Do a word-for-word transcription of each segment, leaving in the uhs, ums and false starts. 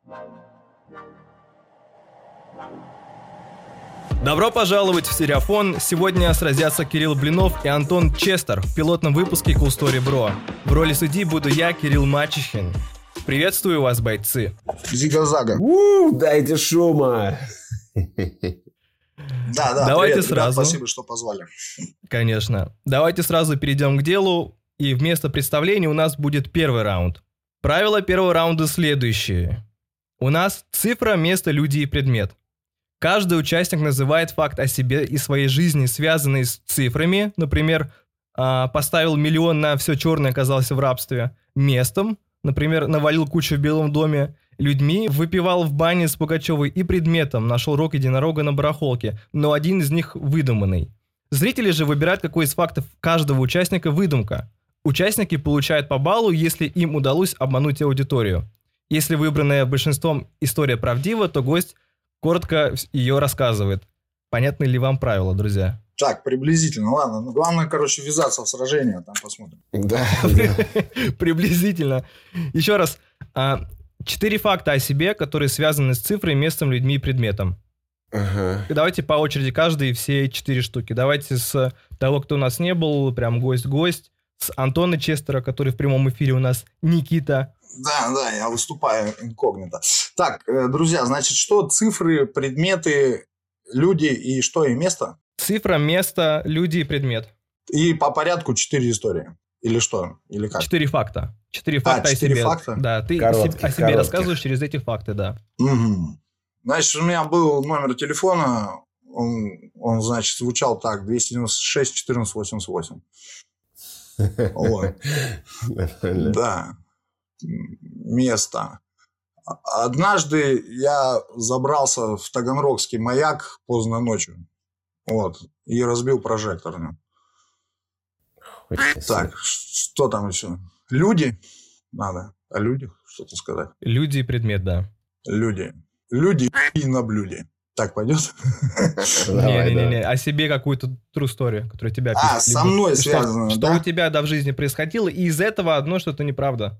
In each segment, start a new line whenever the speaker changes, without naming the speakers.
Добро пожаловать в Стереофон. Сегодня сразятся Кирилл Блинов и Антон Честер в пилотном выпуске Cool Story Bro. В роли судьи буду я, Кирилл Мачехин. Приветствую вас, бойцы.
Зига-зага.
У, дайте шума.
Да, да,
Давайте
привет,
сразу.
Ребят, спасибо, что позвали.
Конечно. Давайте сразу перейдем к делу. И вместо представления у нас будет первый раунд. Правила первого раунда следующие. У нас цифра, место, люди и предмет. Каждый участник называет факт о себе и своей жизни, связанный с цифрами. Например, поставил миллион на все черное, оказался в рабстве. Местом, например, навалил кучу в Белом доме. Людьми, выпивал в бане с Пугачевой. И предметом, нашел рог единорога на барахолке. Но один из них выдуманный. Зрители же выбирают, какой из фактов каждого участника выдумка. Участники получают по баллу, если им удалось обмануть аудиторию. Если выбранная большинством история правдива, то гость коротко ее рассказывает. Понятны ли вам правила, друзья?
Так, приблизительно. Ладно. Ну, главное, короче, ввязаться в сражение. Там посмотрим.
Да.
Приблизительно. Еще раз. Четыре факта о себе, которые связаны с цифрой, местом, людьми и предметом. Давайте по очереди каждый все четыре штуки. Давайте с того, кто у нас не был, прям гость-гость. С Антона Честера, который в прямом эфире у нас Никита.
Да, да, я выступаю инкогнито. Так, друзья, значит, что цифры, предметы, люди и что и место?
Цифра, место, люди и предмет.
И по порядку четыре истории. Или что? Или как?
Четыре факта. Четыре факта
а,
о себе.
Факта?
Да, ты
коротких,
о себе
коротких.
рассказываешь через эти факты, да.
Угу. Значит, у меня был номер телефона, он, он значит, звучал так, двести девяносто шесть четырнадцать восемьдесят восемь. Да. Место. Однажды я забрался в Таганрогский маяк поздно ночью. Вот. И разбил прожектор. Так, что там еще? Люди? Надо о людях что-то сказать.
Люди и предмет, да.
Люди. Люди и на блюде. Так пойдет?
Не-не-не, о себе какую-то true story, которая тебя...
А, со мной связано,
Что у тебя, да, в жизни происходило, и из этого одно что-то неправда.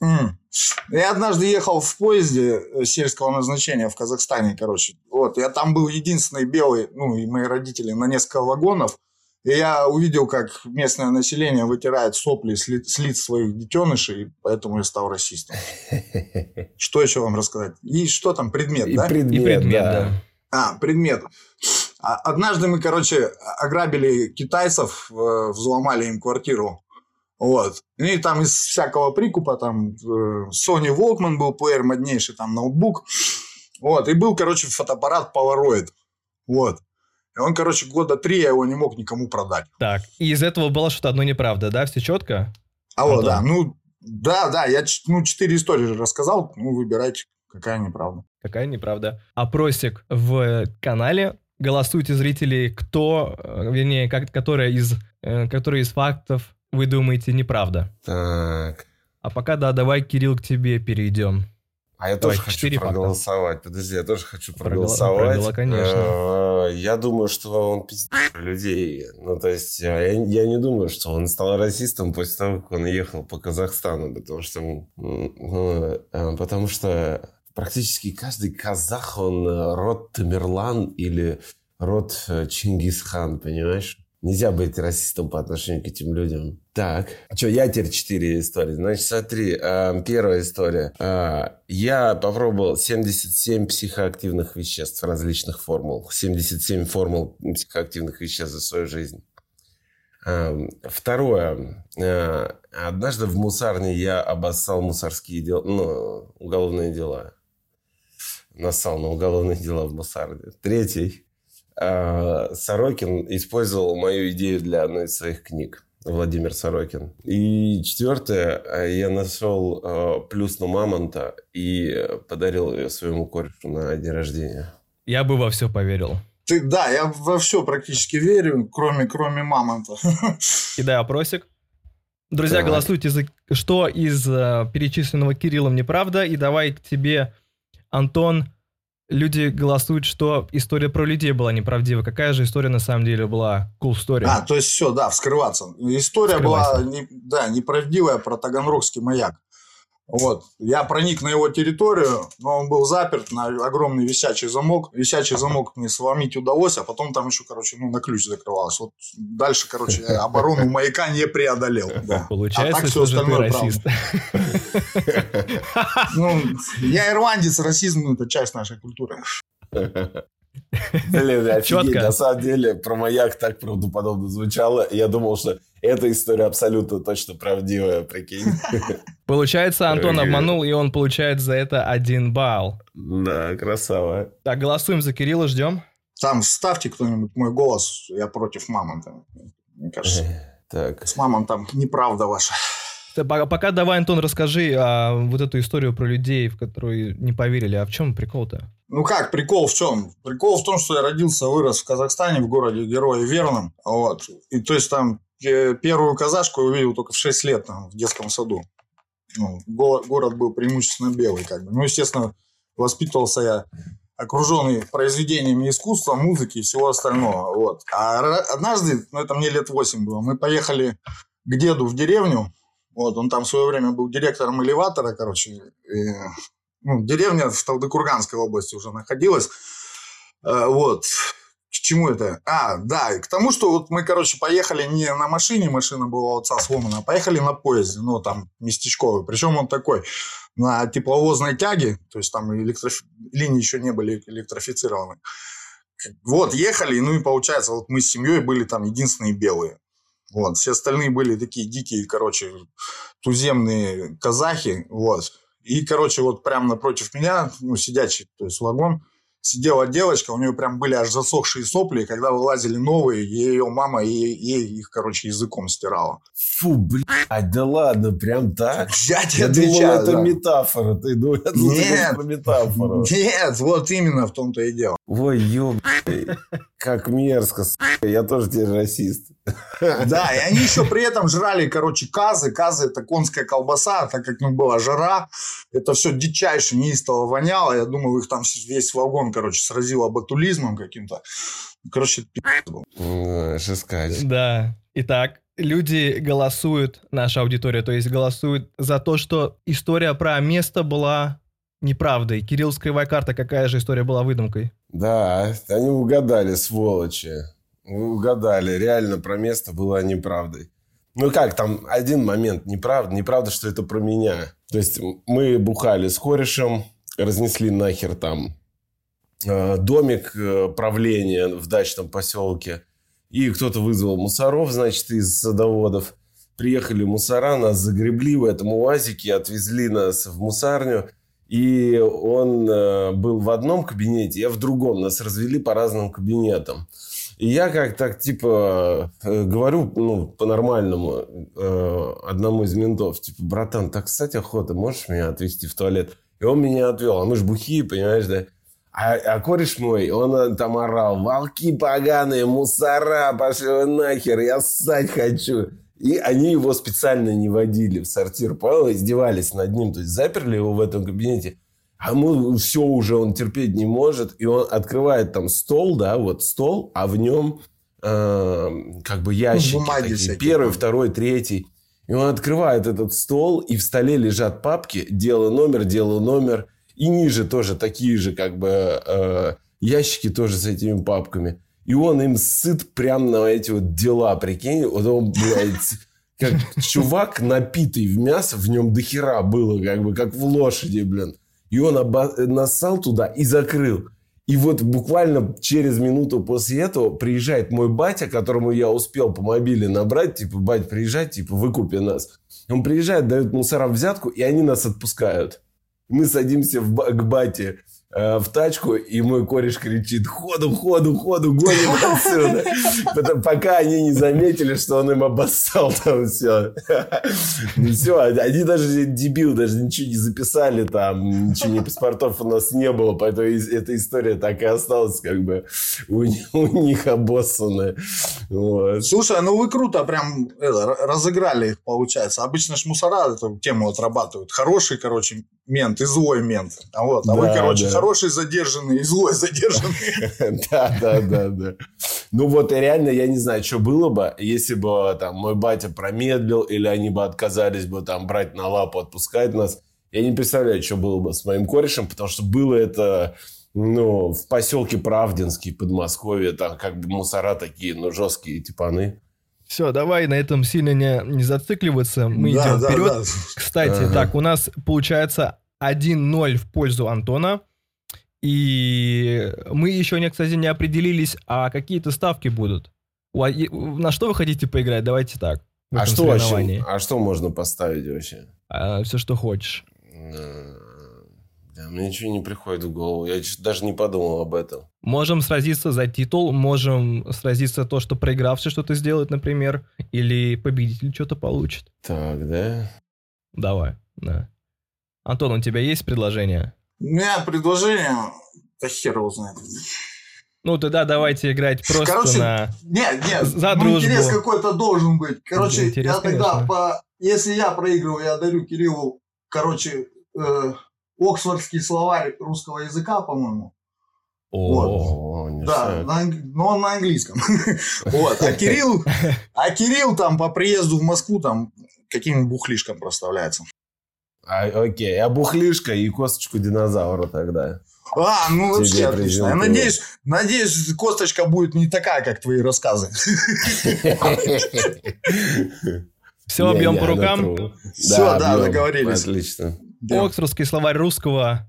Я однажды ехал в поезде сельского назначения в Казахстане, короче. Вот, я там был единственный белый, ну, и мои родители, на несколько вагонов. И я увидел, как местное население вытирает сопли с лиц, с лиц своих детенышей, и поэтому я стал расистом. Что еще вам рассказать? И что там, предмет,
и
да?
Предмет,
и предмет, да.
да.
А, предмет. Однажды мы, короче, ограбили китайцев, взломали им квартиру. Вот. И там из всякого прикупа, там Sony Walkman был, плеер моднейший, там ноутбук. Вот. И был, короче, фотоаппарат Polaroid. Вот. И он, короче, года три я его не мог никому продать.
Так, и из этого было что-то одно неправда, да? Все четко?
Алло, Антон. Да. Ну, да, да, я ну, четыре истории же рассказал. Ну, выбирайте, какая неправда.
Какая неправда. Опросик в канале. Голосуйте, зрители, кто, вернее, как, которая из, которые из фактов вы думаете неправда.
Так.
А пока, да, давай, Кирилл, к тебе перейдем.
А я
Давай,
тоже хочу проголосовать.
факта.
Подожди, я тоже хочу
Прогол...
проголосовать.
Прогол... конечно.
Я думаю, что он пиздец людей. Ну, то есть, я, я не думаю, что он стал расистом после того, как он ехал по Казахстану. Потому что, ну, потому что практически каждый казах, он род Тамерлан или род Чингисхан, понимаешь? Нельзя быть расистом по отношению к этим людям. Так, что, я теперь четыре истории. Значит, смотри, э, первая история. Э, я попробовал семьдесят семь психоактивных веществ различных формул. семьдесят семь формул психоактивных веществ за свою жизнь. Э, второе. Э, однажды в мусарне я обоссал мусорские дела, ну, уголовные дела. Нассал на уголовные дела в мусарне. Третий. Сорокин использовал мою идею для одной из своих книг. Владимир Сорокин. И четвертое. Я нашел плюсну мамонта и подарил ее своему корешу на день рождения.
Я бы во все поверил.
Ты, да, я во все практически верю, кроме, кроме мамонта.
Кидай опросик. Друзья, так. Голосуйте, за что из uh, перечисленного Кириллом неправда. И давай к тебе, Антон. Люди голосуют, что история про людей была неправдива. Какая же история на самом деле была? Cool story.
А, то есть все, да, вскрываться. История Вскрывайся. была, не, да, неправдивая про Таганрогский маяк. Вот. Я проник на его территорию, но он был заперт на огромный висячий замок. Висячий замок мне сломить удалось, а потом там еще, короче, ну, на ключ закрывалось. Вот дальше, короче, я оборону маяка не преодолел. Да.
Получается, а так все остальное расист.
Ну, я ирландец, расизм – это часть нашей культуры.
Блин, офигеть, на самом деле про маяк так правдоподобно звучало. Я думал, что эта история абсолютно точно правдивая, прикинь.
Получается, Антон обманул, и он получает за это один балл.
Да, красава.
Так, голосуем за Кирилла, ждем.
Там ставьте кто-нибудь мой голос, я против Мамонта. Мне кажется,
так.
С Мамонтом неправда ваша.
Пока давай, Антон, расскажи а, вот эту историю про людей, в которую не поверили. А в чем прикол-то?
Ну как, прикол в чем? Прикол в том, что я родился, вырос в Казахстане, в городе Герое Верном. Вот. И то есть там первую казашку я увидел только в шесть лет там, в детском саду. Ну, город был преимущественно белый. Как бы. Ну, естественно, воспитывался я окруженный произведениями искусства, музыки и всего остального. Вот. А однажды, ну это мне лет восемь было, мы поехали к деду в деревню. Вот, он там в свое время был директором элеватора, короче. И, ну, деревня в Талдыкурганской области уже находилась. Э, вот. К чему это? А, да, и к тому, что вот мы, короче, поехали не на машине, машина была у отца сломана, а поехали на поезде, ну, там, местечковый. Причем он такой, на тепловозной тяге, то есть там электрофи... линии еще не были электрифицированы. Вот, ехали, ну, и получается, вот мы с семьей были там единственные белые. Вот, все остальные были такие дикие, короче, туземные казахи, вот. И, короче, вот прямо напротив меня, ну, сидячий, то есть вагон, сидела девочка, у нее прям были аж засохшие сопли, когда вылазили новые, ее мама ей, ей их, короче, языком стирала.
Фу, блядь, да ладно, прям так?
Я тебе
Я
отвечаю,
думал, это
да.
метафора, ты думаешь,
Нет,
про метафору.
Нет, вот именно в том-то и дело.
Ой, ёб, как мерзко, сука, я тоже теперь расист.
Да, и они еще при этом жрали, короче, казы. Казы – это конская колбаса, так как, ну, была жара. Это все дичайше неистово воняло. Я думаю, их там весь вагон, короче, сразило ботулизмом каким-то. Короче, пи***ц был.
Шескач.
Да. Итак, люди голосуют, наша аудитория, то есть голосуют за то, что история про место была неправдой. Кирилл, скрывай карта, какая же история была выдумкой?
Да, они угадали, сволочи. Угадали, реально про место было неправдой. Ну как, там один момент неправда, неправда, что это про меня. То есть мы бухали с корешем, разнесли нахер там э, домик э, правления в дачном поселке. И кто-то вызвал мусоров, значит, из садоводов. Приехали мусора, нас загребли в этом УАЗике, отвезли нас в мусарню. И он э, был в одном кабинете, я в другом. Нас развели по разным кабинетам. И я как так, типа, э, говорю, ну, по-нормальному э, одному из ментов, типа, братан, так, кстати, охота, можешь меня отвезти в туалет? И он меня отвел, а мы ж бухие, понимаешь, да? А, а кореш мой, он там орал, волки поганые, мусора, пошли вы нахер, я ссать хочу. И они его специально не водили в сортир, понял, издевались над ним, то есть заперли его в этом кабинете. А ему все уже он терпеть не может. И он открывает там стол, да, вот стол, а в нем э, как бы ящики. Ну, такие, всякие, первый, там. Второй, третий. И он открывает этот стол, и в столе лежат папки. Дело номер, дело номер. И ниже тоже такие же как бы э, ящики тоже с этими папками. И он им сыт прям на эти вот дела, прикинь. Вот он, блядь, как чувак напитый в мясо, в нем дохера было, как бы, как в лошади, блин. И он оба- нассал туда и закрыл. И вот буквально через минуту после этого приезжает мой батя, которому я успел по мобиле набрать. Типа, бать, приезжай, типа, выкупи нас. Он приезжает, дает мусорам взятку, и они нас отпускают. Мы садимся в, к бате э, в тачку, и мой кореш кричит: ходу, ходу, ходу, гоним отсюда. Потом, пока они не заметили, что он им обоссал там все. Ну все, они даже, дебил, даже ничего не записали там, ничего, ни паспортов у нас не было, поэтому эта история так и осталась как бы у, у них обоссанная. Вот.
Слушай, ну вы круто прям это, разыграли их, получается. Обычно ж мусора эту тему отрабатывают. Хороший, короче, мент и злой мент. А, вот, а да, вы, короче, да. Хороший задержанный и злой задержанный.
Да, да, да, да. Ну вот, и реально, я не знаю, что было бы, если бы там мой батя промедлил, или они бы отказались бы там брать на лапу, отпускать нас. Я не представляю, что было бы с моим корешем, потому что было это, ну, в поселке Правдинский, Подмосковье, там как бы мусора такие, ну, жесткие типаны.
Все, давай на этом сильно не, не зацикливаться. Мы
Да,
идем
да,
вперед.
да.
Кстати,
Ага.
так, у нас получается один ноль в пользу Антона. И мы еще, не, кстати, не определились, а какие-то ставки будут. У- и- На что вы хотите поиграть? Давайте так. В
А
этом
что вообще?
соревновании.
А что можно поставить вообще?
все, что хочешь.
Э, Да, мне ничего не приходит в голову. Я чё- даже не подумал об этом.
Можем сразиться за титул, можем сразиться то, что проигравший что-то сделает, например, или победитель что-то получит.
Так, да?
Давай, да. Антон, у тебя есть предложение?
У меня предложение, да хер его знает.
Ну, тогда давайте играть просто
Короче,
на...
Нет, нет,
За
ну,
дружбу.
интерес какой-то должен быть. Короче,
Интерес,
я тогда,
конечно.
по... если я проигрываю, я дарю Кириллу, короче, э, Оксфордский словарь русского языка, по-моему.
О,
О, ништяк.
Да, на анг- но он на английском. Вот. А Кирилл, а Кирилл там по приезду в Москву там каким-нибудь бухлишком проставляется.
А, окей, а бухлишка и косточку динозавра тогда.
А, ну
Тебе
вообще отлично. Я
презентую.
надеюсь, надеюсь, косточка будет не такая, как твои рассказы.
все, бьем по рукам.
Всё, да, договорились.
Отлично.
Оксфордский словарь русского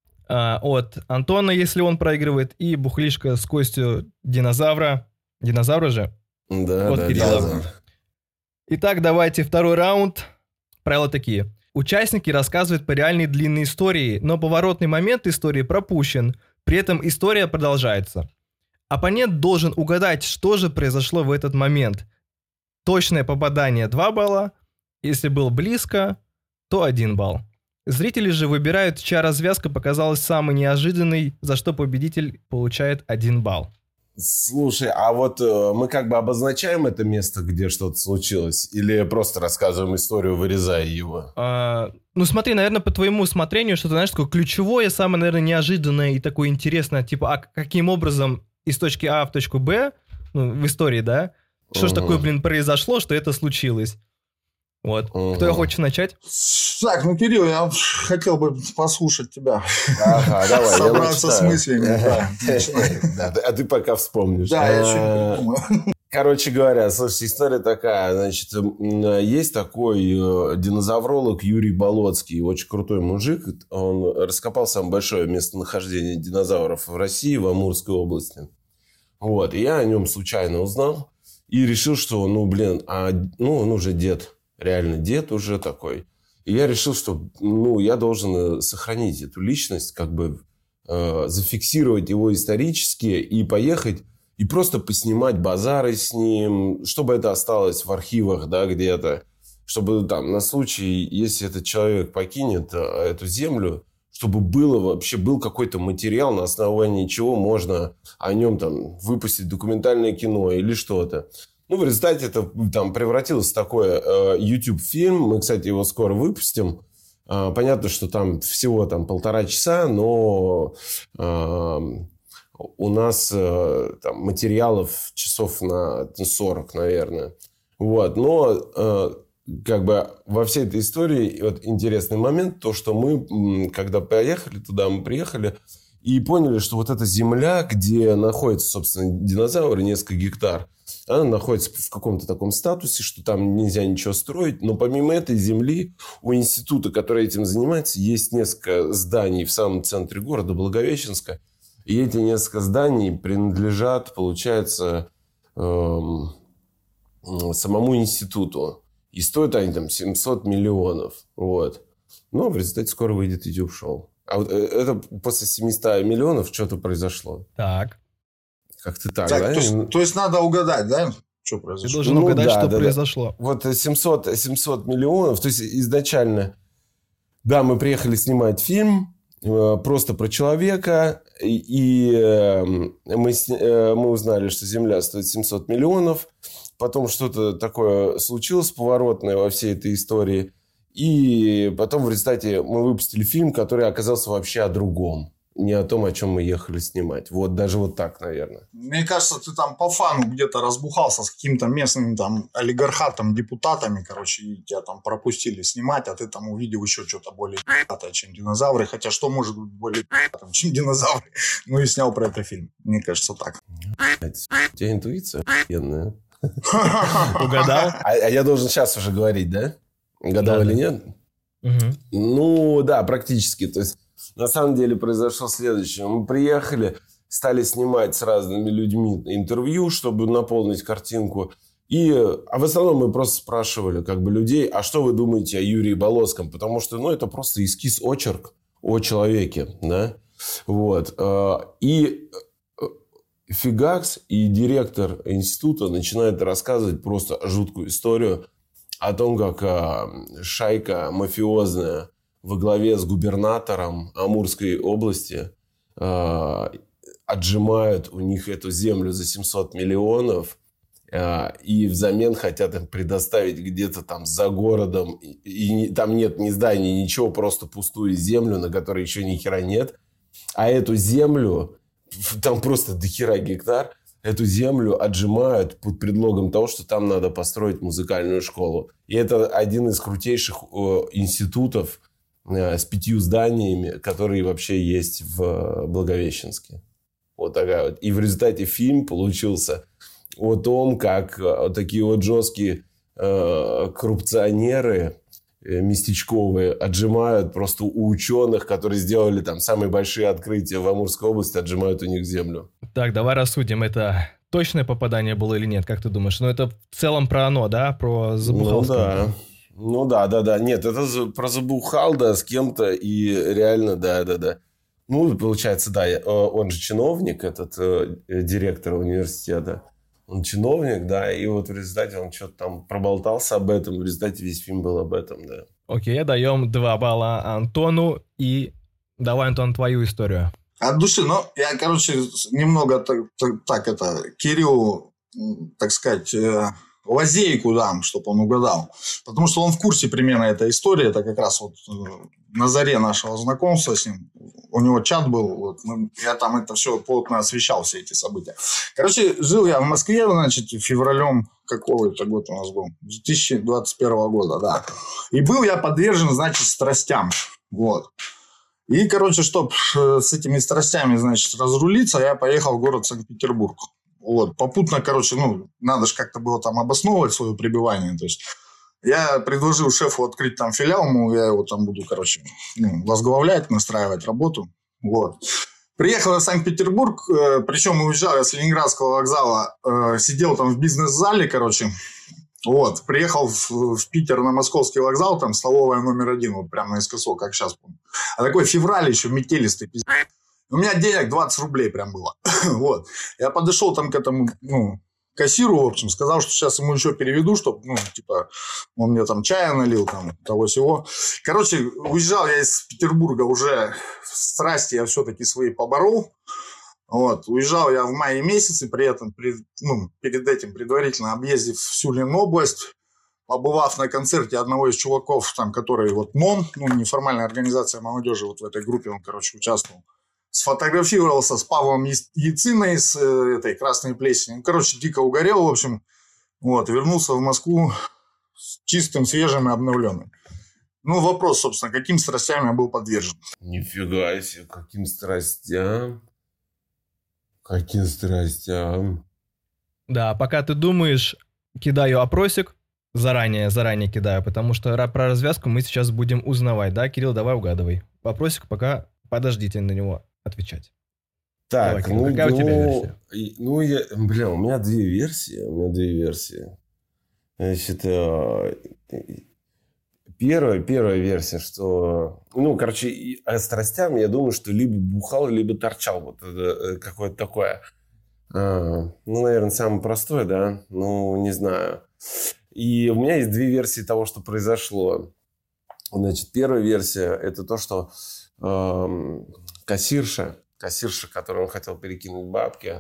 а, от Антона, если он проигрывает, и бухлишка с костью динозавра. Динозавра же?
Да,
Вот
да,
Кирилла.
да.
Итак, давайте второй раунд. Правила такие. Участники рассказывают по реальной длинной истории, но поворотный момент истории пропущен. При этом история продолжается. Оппонент должен угадать, что же произошло в этот момент. Точное попадание два балла. Если был близко, то один балл. Зрители же выбирают, чья развязка показалась самой неожиданной, за что победитель получает один балл.
Слушай, а вот э, мы как бы обозначаем это место, где что-то случилось, или просто рассказываем историю, вырезая его?
А, ну смотри, наверное, по твоему усмотрению, что-то, знаешь, такое ключевое, самое, наверное, неожиданное и такое интересное, типа, а каким образом из точки А в точку Б, ну, в истории, да, что ж
Ага.
такое, блин, произошло, что это случилось. Вот.
Ага.
Кто хочет начать?
Так, ну, Кирилл, я хотел бы послушать тебя.
Ага, давай, я
Собраться с
начитаю.
мыслями, да. Начинай.
Да, А ты пока вспомнишь.
Да, я
А,
что-нибудь думаю.
Короче говоря, слушайте, история такая. Значит, м, есть такой э, динозавролог Юрий Болоцкий, очень крутой мужик. Он раскопал самое большое местонахождение динозавров в России, в Амурской области. Вот, и я о нем случайно узнал и решил, что, ну, блин, а, ну, он уже дед, реально дед уже такой. И я решил, что, ну, я должен сохранить эту личность, как бы э, зафиксировать его исторически и поехать и просто поснимать базары с ним, чтобы это осталось в архивах, да, где-то, чтобы там на случай, если этот человек покинет э, эту землю, чтобы было вообще был какой-то материал, на основании чего можно о нем там выпустить документальное кино или что-то. Ну, в результате это там превратилось в такой э, YouTube-фильм. Мы, кстати, его скоро выпустим. Э, понятно, что там всего там полтора часа, но э, у нас э, там материалов часов на сорок, наверное. Вот. Но э, как бы во всей этой истории вот интересный момент, то, что мы, м, когда поехали туда, мы приехали и поняли, что вот эта земля, где находятся, собственно, динозавры, несколько гектар, она находится в каком-то таком статусе, что там нельзя ничего строить. Но помимо этой земли у института, который этим занимается, есть несколько зданий в самом центре города Благовещенска. И эти несколько зданий принадлежат, получается, эм, самому институту. И стоят они там семьсот миллионов. Вот. Но в результате скоро выйдет YouTube-шоу. А вот это после семисот миллионов что-то произошло.
Так.
Как-то так,
Так,
да?
то, есть, то есть надо угадать, да, что
Ты
произошло?
должен
Ну
угадать,
да,
что
да, да.
произошло.
Вот семьсот, семьсот миллионов. То есть изначально, да, мы приехали снимать фильм э, просто про человека. И, и э, мы, сня- э, мы узнали, что Земля стоит семьсот миллионов. Потом что-то такое случилось поворотное во всей этой истории. И потом в результате мы выпустили фильм, который оказался вообще о другом. не о том, о чем мы ехали снимать. Вот даже вот так, наверное.
Мне кажется, ты там по фану где-то разбухался с каким-то местным там олигархатом, депутатами, короче, и тебя там пропустили снимать, а ты там увидел еще что-то более пи***тое, чем динозавры. Хотя что может быть более пи***тое, чем динозавры? Ну и снял про это фильм. Мне кажется, так.
У тебя интуиция охуенная.
Угадал?
А, а я должен сейчас уже говорить, да? Угадал
Да,
или
да.
нет?
Угу.
Ну, да, практически. То есть, на самом деле, произошло следующее. Мы приехали, стали снимать с разными людьми интервью, чтобы наполнить картинку. И, а в основном мы просто спрашивали как бы людей, а что вы думаете о Юрии Болоцком? Потому что, ну, это просто эскиз-очерк о человеке, да? Вот. И фигакс, и директор института начинает рассказывать просто жуткую историю о том, как шайка мафиозная во главе с губернатором Амурской области э, отжимают у них эту землю за семьсот миллионов э, и взамен хотят им предоставить где-то там за городом. И, и там нет ни зданий, ничего, просто пустую землю, на которой еще ни хера нет. А эту землю, там просто до хера гектар, эту землю отжимают под предлогом того, что там надо построить музыкальную школу. И это один из крутейших э, институтов с пятью зданиями, которые вообще есть в Благовещенске. Вот такая вот. И в результате фильм получился о том, как такие вот жесткие э, коррупционеры э, местечковые отжимают просто у ученых, которые сделали там самые большие открытия в Амурской области, отжимают у них землю.
Так, давай рассудим, это точное попадание было или нет, как ты думаешь? Ну, это в целом про оно, да? Про Забухалского.
Ну, да. Ну да, да, да. Нет, это про забухал, да, с кем-то. И реально, да, да, да. Ну, получается, да, он же чиновник, этот э, директор университета. Он чиновник, да, и вот в результате он что-то там проболтался об этом. В результате весь фильм был об этом, да.
Окей, даем два балла Антону. И давай, Антон, твою историю.
От души, ну, я, короче, немного так, так, так это, Кириллу, так сказать... Э... лазейку дам, чтобы он угадал. Потому что он в курсе примерно этой истории. Это как раз вот на заре нашего знакомства с ним. У него чат был. Вот, я там это все плотно освещал, все эти события. Короче, жил я в Москве, значит, февралем какого это год у нас был? две тысячи двадцать первого года, да. И был я подвержен, значит, страстям. Вот. И, короче, чтобы с этими страстями, значит, разрулиться, я поехал в город Санкт-Петербург. Вот, попутно, короче, ну, надо же как-то было там обосновывать свое пребывание. То есть, я предложил шефу открыть там филиал, мол, я его там буду, короче, ну, возглавлять, настраивать работу. Вот. Приехал я в Санкт-Петербург, э, причем уезжал я с Ленинградского вокзала, э, сидел там в бизнес-зале, короче. Вот, приехал в, в Питер на Московский вокзал, там столовая номер один, вот прямо наискосок, как сейчас помню. А такой февраль еще метелистый, пиздец. У меня денег двадцать рублей прям было. Вот. Я подошел там к этому, ну, кассиру, в общем, сказал, что сейчас ему еще переведу, чтобы, ну, типа, он мне там чая налил, там, того-сего. Короче, уезжал я из Петербурга уже в страсти, я все-таки свои поборол. Вот. Уезжал я в мае месяце, при этом, при, ну, перед этим предварительно объездив всю Ленобласть, побывав на концерте одного из чуваков, там, который вот МОН, ну, неформальная организация молодежи, вот в этой группе он, короче, участвовал. Сфотографировался с Павлом Яциной, с э, этой Красной Плесенью. Короче, дико угорел, в общем. Вот, вернулся в Москву с чистым, свежим и обновленным. Ну, вопрос, собственно, каким страстям я был подвержен.
Нифига себе, каким страстям? Каким страстям?
Да, пока ты думаешь, кидаю опросик. Заранее, заранее кидаю, потому что про развязку мы сейчас будем узнавать. Да, Кирилл, давай угадывай. Опросик пока подождите на него отвечать.
Так,
Давай,
ну,
какая
ну,
у тебя версия?
Ну, я, бля, у меня две версии. У меня две версии. Значит, первая, первая версия, что... Ну, короче, о страстям я думаю, что либо бухал, либо торчал. Вот это какое-то такое. А, ну, наверное, самое простое, да? Ну, не знаю. И у меня есть две версии того, что произошло. Значит, первая версия – это то, что э, кассирша, кассирша, которой он хотел перекинуть бабки,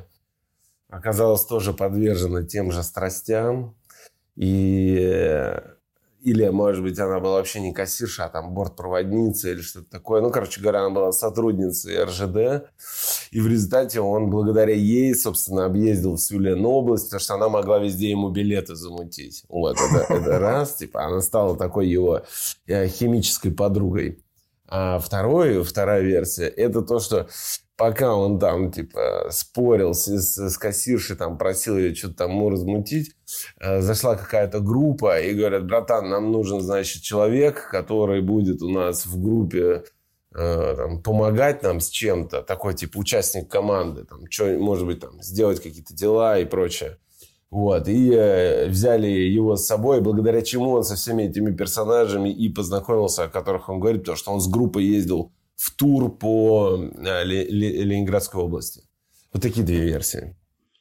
оказалась тоже подвержена тем же страстям. И, или, может быть, она была вообще не кассирша, а там бортпроводница или что-то такое. Ну, короче говоря, она была сотрудницей эр жэ дэ. И в результате он благодаря ей, собственно, объездил всю Ленобласть, потому что она могла везде ему билеты замутить. Вот, это, это раз. Типа, она стала такой его химической подругой. А второй, вторая версия, это то, что пока он там, типа, спорил с, с, с кассиршей, там, просил ее что-то там ему размутить, э, зашла какая-то группа и говорят: братан, нам нужен, значит, человек, который будет у нас в группе э, там, помогать нам с чем-то, такой, типа, участник команды, там, что, может быть, там, сделать какие-то дела и прочее. Вот, и э, взяли его с собой, благодаря чему он со всеми этими персонажами и познакомился, о которых он говорит, потому что он с группой ездил в тур по э, Ле- Ле- Ленинградской области. Вот такие две версии.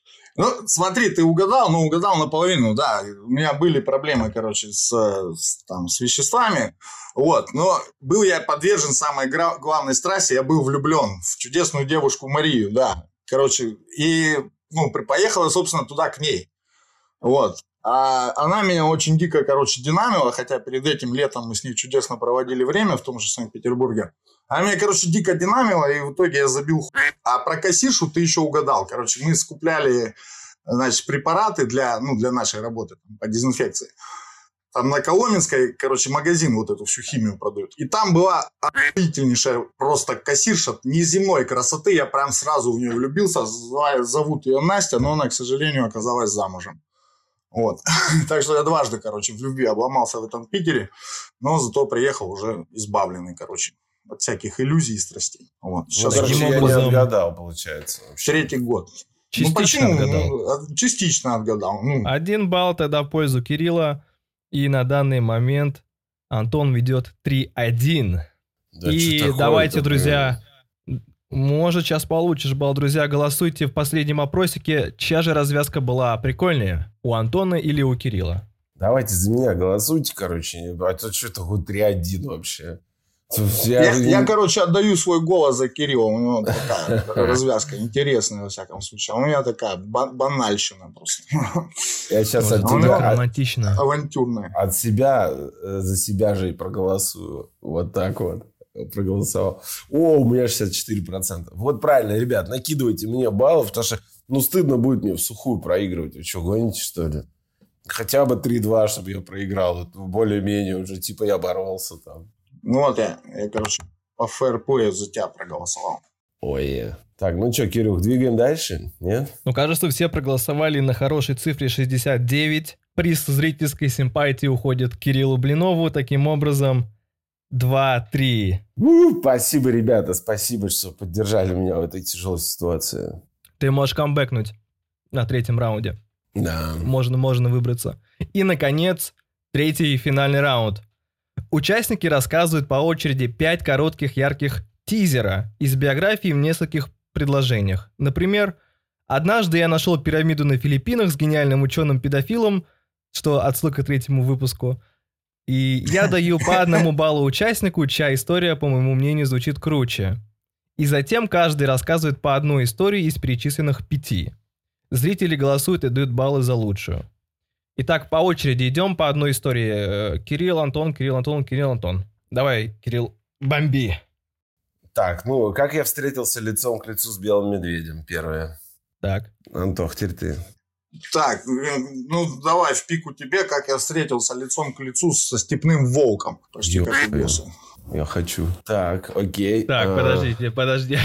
Ну, смотри, ты угадал, но угадал наполовину, да. У меня были проблемы, короче, с, с, там, с веществами. Вот, но был я подвержен самой гра- главной страсти, я был влюблен в чудесную девушку Марию, да. Короче, и, ну, поехал я, собственно, туда к ней. Вот. А она меня очень дико, короче, динамила, хотя перед этим летом мы с ней чудесно проводили время в том же Санкт-Петербурге. Она меня, короче, дико динамила, и в итоге я забил хуй. А про кассиршу ты еще угадал. Короче, мы скупляли, значит, препараты для, ну, для нашей работы там, по дезинфекции. Там на Коломенской, короче, магазин вот эту всю химию продают. И там была охуительнейшая просто кассирша неземной красоты. Я прям сразу в нее влюбился. Зовут ее Настя, но она, к сожалению, оказалась замужем. Вот. Так что я дважды, короче, в любви обломался в этом Питере, но зато приехал уже избавленный, короче, от всяких иллюзий и страстей. Вот.
Сейчас, ну, короче, я не отгадал, получается. Вообще.
Третий год.
Частично
ну,
отгадал.
Частично отгадал. Ну.
Один балл тогда в пользу Кирилла, и на данный момент Антон ведет три один. Да, и давайте, друзья... Может, сейчас получишь балл, друзья. Голосуйте в последнем опросике, чья же развязка была прикольнее, у Антона или у Кирилла.
Давайте за меня голосуйте, короче. А то что такое три один вообще?
Я, я, я, короче, отдаю свой голос за Кирилла. У него такая развязка интересная, во всяком случае. А у меня такая банальщина просто.
Я сейчас от тебя...
Романтично.
Авантюрная.
От себя за себя же и проголосую. Вот так вот. Проголосовал. О, у меня шестьдесят четыре процента. Вот правильно, ребят, накидывайте мне баллов, потому что, ну, стыдно будет мне в сухую проигрывать. Вы что, гоните, что ли? Хотя бы три два, чтобы я проиграл. Более-менее уже, типа, я боролся там.
Ну, вот я, я короче, по фэрплею за тебя проголосовал.
Ой, так, ну что, Кирюх, двигаем дальше, нет?
Ну, кажется, все проголосовали на хорошей цифре шестьдесят девять. Приз зрительской симпатии уходит к Кириллу Блинову. Таким образом... два-три.
Спасибо, ребята, спасибо, что поддержали меня в этой тяжелой ситуации.
Ты можешь камбэкнуть на третьем раунде.
Да.
Можно, можно выбраться. И, наконец, третий и финальный раунд. Участники рассказывают по очереди пять коротких ярких тизера из биографии в нескольких предложениях. Например, однажды я нашел пирамиду на Филиппинах с гениальным ученым-педофилом, что отсылка к третьему выпуску. И я даю по одному баллу участнику, чья история, по моему мнению, звучит круче. И затем каждый рассказывает по одной истории из перечисленных пяти. Зрители голосуют и дают баллы за лучшую. Итак, по очереди идем по одной истории. Кирилл, Антон, Кирилл, Антон, Кирилл, Антон. Давай, Кирилл, бомби.
Так, ну, как я встретился лицом к лицу с белым медведем, первое.
Так.
Антох, теперь ты.
Так, ну давай в пику тебе, как я встретился лицом к лицу со степным волком. Почти
Ё,
как у босса.
Я хочу. Так, окей.
Так, а... подождите, подожди.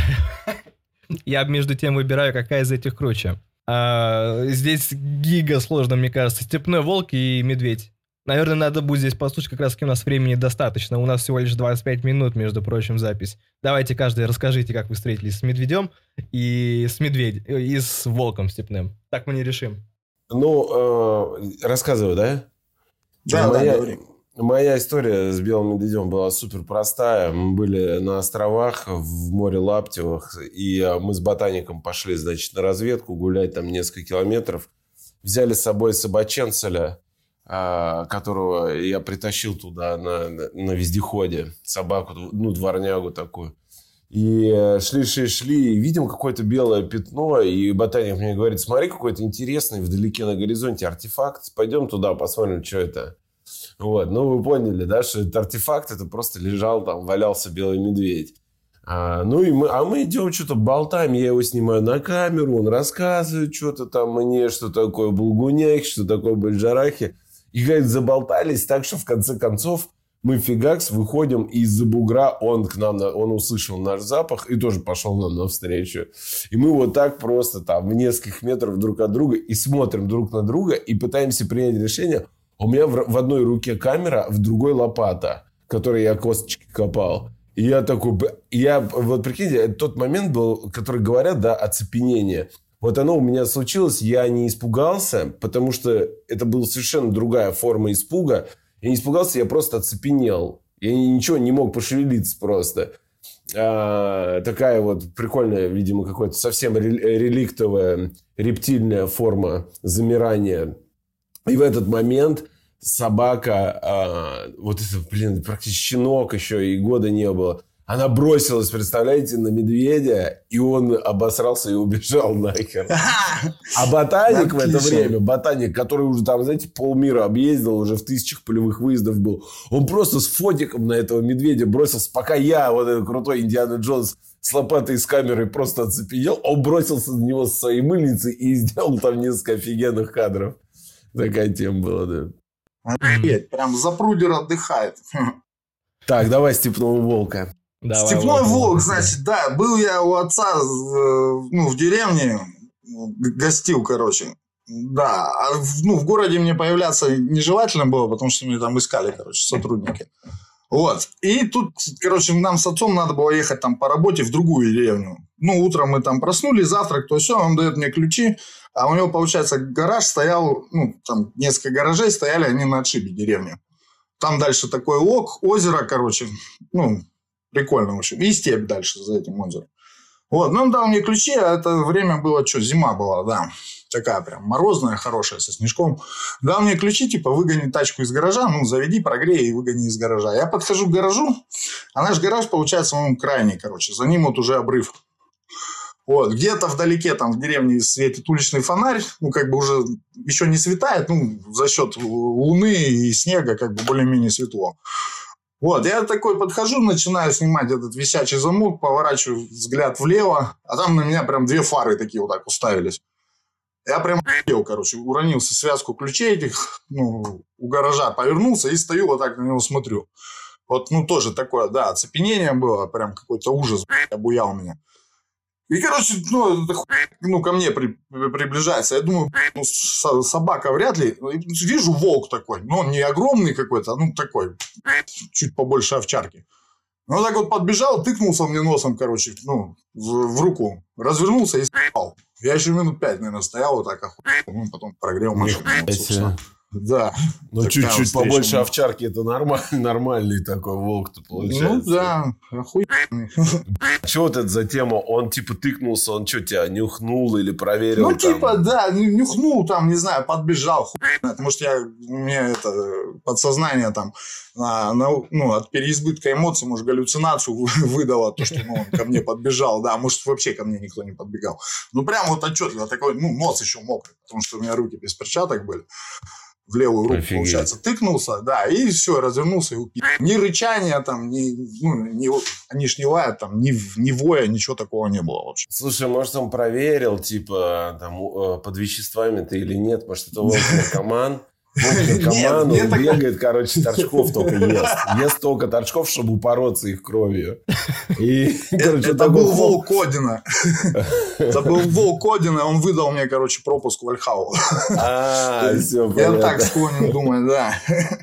Я между тем выбираю, какая из этих круче. А, здесь гига сложно, мне кажется. Степной волк и медведь. Наверное, надо будет здесь послушать, как раз у нас времени достаточно. У нас всего лишь двадцать пять минут, между прочим, запись. Давайте каждый расскажите, как вы встретились с медведем и с медведем, и с волком степным. Так мы не решим.
Ну, э, рассказываю, да?
Да,
моя,
да, говори.
Моя история с белым медведем была супер простая. Мы были на островах в море Лаптевых, и мы с ботаником пошли, значит, на разведку, гулять там несколько километров. Взяли с собой собаченцеля, которого я притащил туда на, на вездеходе, собаку, ну, дворнягу такую. И шли, шли, шли, и видим какое-то белое пятно, и ботаник мне говорит: смотри, какой-то интересный вдалеке на горизонте артефакт, пойдем туда, посмотрим, что это. Вот, ну вы поняли, да, что этот артефакт, это просто лежал там, валялся белый медведь. А, ну и мы, а мы идем что-то болтаем, я его снимаю на камеру, он рассказывает что-то там мне, что такое булгуняки, что такое бальджарахи. И, говорит, заболтались так, что в конце концов мы фигакс выходим из-за бугра, он к нам, он услышал наш запах и тоже пошел нам навстречу. И мы вот так просто там в нескольких метров друг от друга и смотрим друг на друга и пытаемся принять решение. У меня в, в одной руке камера, в другой лопата, которой я косточки копал. И я такой... Я, вот прикиньте, это тот момент был, который говорят, да, оцепенение. Вот оно у меня случилось, я не испугался, потому что это была совершенно другая форма испуга. Я не испугался, я просто оцепенел. Я ничего не мог пошевелиться просто. А, такая вот прикольная, видимо, какая-то совсем реликтовая рептильная форма замирания. И в этот момент собака, а, вот это, блин, практически щенок еще, и года не было, она бросилась, представляете, на медведя, и он обосрался и убежал нахер. А ботаник в это время, ботаник, который уже там, знаете, полмира объездил, уже в тысячах полевых выездов был, он просто с фотиком на этого медведя бросился, пока я, вот этот крутой Индиана Джонс, с лопатой и с камерой просто оцепенел, он бросился на него со своей мыльницей и сделал там несколько офигенных кадров. Такая тема была, да.
Офигеть, прям запрудер отдыхает.
Так, давай «Степного волка».
Давай, Степной волк, волк, значит, да, был я у отца, ну, в деревне, гостил, короче, да, а в, ну, в городе мне появляться нежелательно было, потому что меня там искали, короче, сотрудники, вот, и тут, короче, нам с отцом надо было ехать там по работе в другую деревню, ну, утром мы там проснулись, завтрак, то все, он дает мне ключи, а у него, получается, гараж стоял, ну, там несколько гаражей стояли, они на отшибе деревни, там дальше такой лог, озеро, короче, ну, прикольно, в общем. И степь дальше за этим озером. Вот. Ну, он дал мне ключи, а это время было, что, зима была, да. Такая прям морозная, хорошая, со снежком. Дал мне ключи, типа, выгони тачку из гаража, ну, заведи, прогрей и выгони из гаража. Я подхожу к гаражу, а наш гараж, получается, он крайний, короче. За ним вот уже обрыв. Вот. Где-то вдалеке, там, в деревне светит уличный фонарь. Ну, как бы уже еще не светает, ну, за счет луны и снега, как бы более-менее светло. Вот, я такой подхожу, начинаю снимать этот висячий замок, поворачиваю взгляд влево, а там на меня прям две фары такие вот так уставились. Я прям охуел, короче, уронился связку ключей этих, ну, у гаража, повернулся и стою вот так на него смотрю. Вот, ну, тоже такое, да, оцепенение было, прям какой-то ужас обуял меня. И, короче, ну, это хуй, ну, ко мне при, приближается. Я думаю, ну, собака вряд ли. Вижу волк такой. Но он не огромный какой-то, а ну, такой, чуть побольше овчарки. Ну, так вот подбежал, тыкнулся мне носом, короче, ну, в, в руку. Развернулся и спал. Я еще минут пять, наверное, стоял вот так, охуел. Ну, потом прогрел машину. Да.
Ну, чуть-чуть побольше овчарки, это нормальный, нормальный такой волк-то получается.
Ну, да, охуенный.
Что вот это за тема? Он, типа, тыкнулся, он что, тебя нюхнул или проверил?
Ну,
там?
типа, да, нюхнул там, не знаю, подбежал, хуй. Может, я, у меня это подсознание там, на, на, ну, от переизбытка эмоций, может, галлюцинацию выдало, то, что, ну, он ко мне подбежал, да, может, вообще ко мне никто не подбегал. Ну, прям вот отчетливо, такой, ну, нос еще мокрый, потому что у меня руки без перчаток были. В левую руку, офигеть, получается, тыкнулся, да, и все, развернулся и упил. Ни рычания там, ни, ну, ни, они ж не лают там, ни, ни воя, ничего такого не было вообще.
Слушай, может, он проверил, типа, там, под веществами-то или нет, может, это волк-наркоман? Волк-наркоман, он бегает, короче, торчков только ест. Ест только торчков, чтобы упороться их кровью.
Это был волк Кодина. Это был волк Кодина, он выдал мне, короче, пропуск в Вальхаллу.
А, все понятно.
Я так склонен думать, да.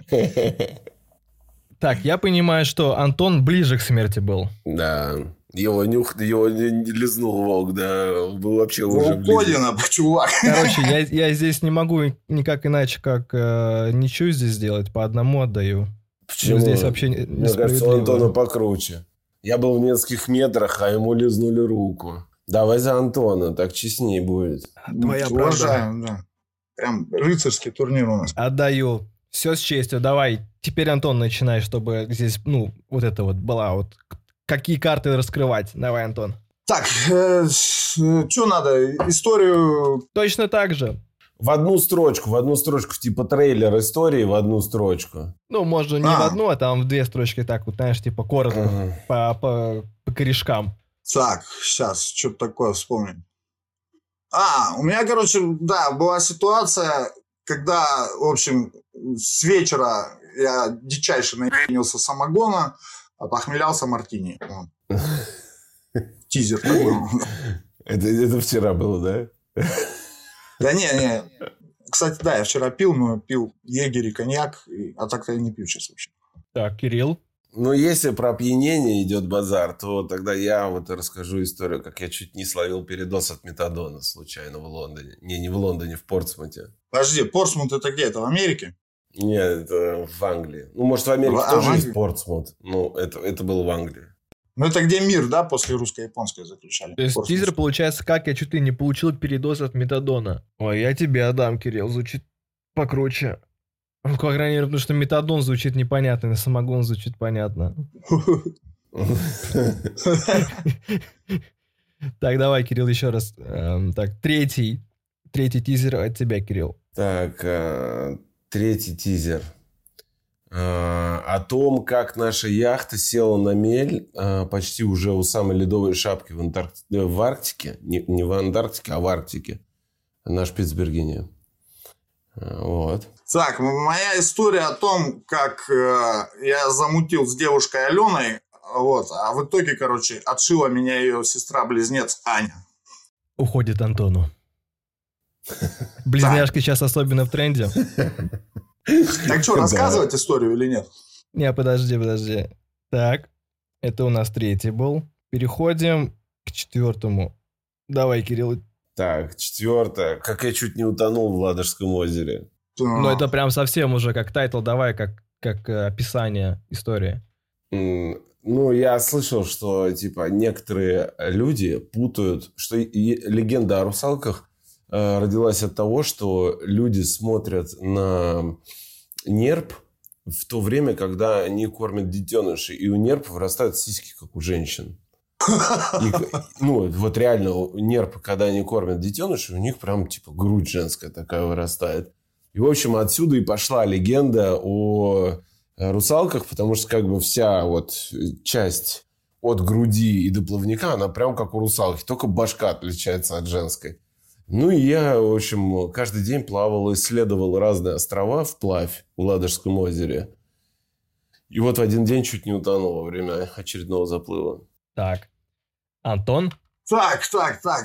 Так, я понимаю, что Антон ближе к смерти был.
Да. Его нюх, его лизнул волк, да, был вообще уже ближе.
Волк-Кодина, чувак.
Короче, я, я здесь не могу никак иначе, как э, ничего здесь сделать, по одному отдаю.
Почему?
Здесь вообще не,
Мне кажется, у Антона покруче. Я был в нескольких метрах, а ему лизнули руку. Давай за Антона, так честнее будет.
Твоя
Уважаем, да. Прям рыцарский турнир у нас.
Отдаю. Все с честью. Давай, теперь, Антон, начинай, чтобы здесь, ну, вот это вот была вот... Какие карты раскрывать? Давай, Антон.
Так, э, что надо? Историю...
Точно так же.
В одну строчку, в одну строчку, типа трейлер истории в одну строчку.
Ну, можно не
А.
в одну, а там в две строчки так вот, знаешь, типа коротко,
Ага.
по, по, по корешкам.
Так, сейчас, что-то такое вспомним. А, у меня, короче, да, была ситуация, когда, в общем, с вечера я дичайше наебнился самогона, а похмелялся мартини. Вот. Тизер такой.
Это, это вчера было, да?
Да не, не. Кстати, да, я вчера пил, но пил егерь и коньяк, и- а так-то я не пью сейчас вообще.
Так, Кирилл.
Ну, если про опьянение идет базар, то тогда я вот расскажу историю, как я чуть не словил передоз от метадона случайно в Лондоне. Не, не в Лондоне, в Портсмуте.
Подожди, Портсмут это где? Это в Америке?
Нет, это в Англии. Ну, может, в Америке
В- а,
тоже
в
есть
Англии?
Портсмут. Ну, это, это было в Англии.
Ну, это где мир, да, после русско-японской заключали.
То есть
Портсмут.
тизер получается, как я чуть ли не получил передоз от метадона. Ой, я тебе отдам, Кирилл, звучит покруче. Ну, по крайней мере, потому что метадон звучит непонятно, и самогон звучит понятно. Так, давай, Кирилл, еще раз. Эм, Так, третий. Третий тизер от тебя, Кирилл.
Так, э, третий тизер. Э, О том, как наша яхта села на мель э, почти уже у самой ледовой шапки в, Антаркти- э, в Арктике. Не, не в Антарктике, а в Арктике. На Шпицбергене. Э, Вот.
Так, моя история о том, как э, я замутил с девушкой Аленой, вот, а в итоге, короче, отшила меня ее сестра-близнец Аня.
Уходит Антону. Близняшки сейчас особенно в тренде.
Так что,
Да.
рассказывать историю или нет?
Не, подожди, подожди. Так, это у нас третий был. Переходим к четвертому. Давай, Кирилл.
Так, четвертое. Как я чуть не утонул в Ладожском озере.
Ну, это прям совсем уже как тайтл, давай, как, как э, описание истории.
М, Ну, я слышал, что, типа, некоторые люди путают, что и- легенда о русалках э, родилась от того, что люди смотрят на нерп в то время, когда они кормят детенышей, и у нерп вырастают сиськи, как у женщин. И, ну, вот реально, у нерп, когда они кормят детенышей, у них прям, типа, грудь женская такая вырастает. И, в общем, отсюда и пошла легенда о русалках, потому что как бы вся вот часть от груди и до плавника, она прям как у русалки, только башка отличается от женской. Ну и я, в общем, каждый день плавал, исследовал разные острова вплавь в Ладожском озере. И вот в один день чуть не утонул во время очередного заплыва.
Так, Антон.
Так, так, так.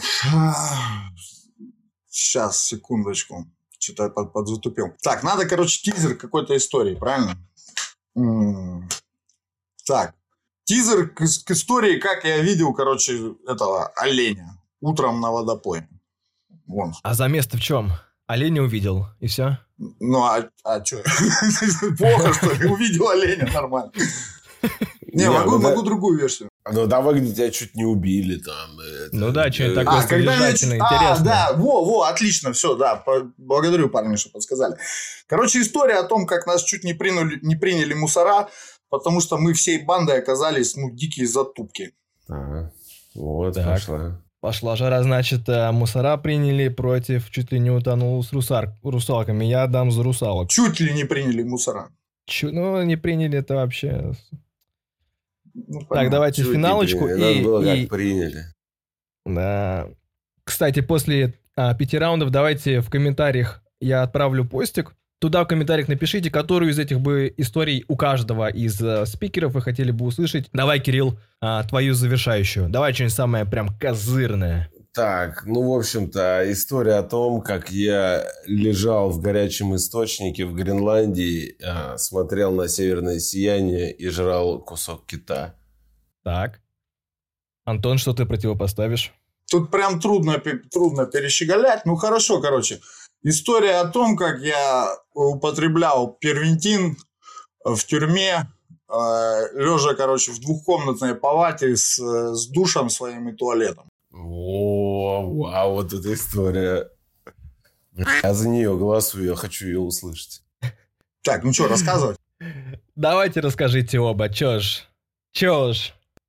Сейчас, секундочку. Что-то я под- подзатупил. Так, надо, короче, тизер какой-то истории, правильно? М, Так. Тизер к, ис- к истории, как я видел, короче, этого оленя утром на водопое. Вон.
А за место в чем? Оленя увидел, и все?
Ну, а, а что? Плохо, что ли? Увидел оленя, нормально. Не,
Не,
могу,
ну да-
могу другую версию.
Ну давай, где тебя чуть не убили там. это,
Ну да, что-нибудь
э,
такое.
А, когда меня...
содержательно,
А,
интересно.
да, во, во, отлично, все, да, по- благодарю, парни, что подсказали. Короче, история о том, как нас чуть не приняли, не приняли мусора, потому что мы всей бандой оказались, ну, дикие затупки.
Ага. Вот,
Так.
пошла.
Пошла жара, значит, э, мусора приняли против, чуть ли не утонул с русар- русалками. Я отдам за русалок.
Чуть ли не приняли мусора.
Чу- ну, не приняли это вообще.
Ну,
Так,
понятно.
давайте
Чуть не
финалочку.
приняли, Надо
И,
было
и-
как приняли.
да. Кстати, после а, пяти раундов давайте в комментариях я отправлю постик. Туда в комментариях напишите, которую из этих бы историй у каждого из э, спикеров вы хотели бы услышать. Давай, Кирилл, а, твою завершающую. Давай что-нибудь самое прям козырное.
Так, ну, в общем-то, история о том, как я лежал в горячем источнике в Гренландии, а, смотрел на северное сияние и жрал кусок кита.
Так. Антон, что ты противопоставишь?
Тут прям трудно, пе- трудно перещеголять. Ну, хорошо, короче. История о том, как я употреблял первентин в тюрьме, э, лежа, короче, в двухкомнатной палате с, э, с душем своим и туалетом.
О, вау, вот эта история. Я за нее голосую, я хочу ее услышать.
Так, ну что, рассказывать?
Давайте расскажите оба, чё ж. Чё ж.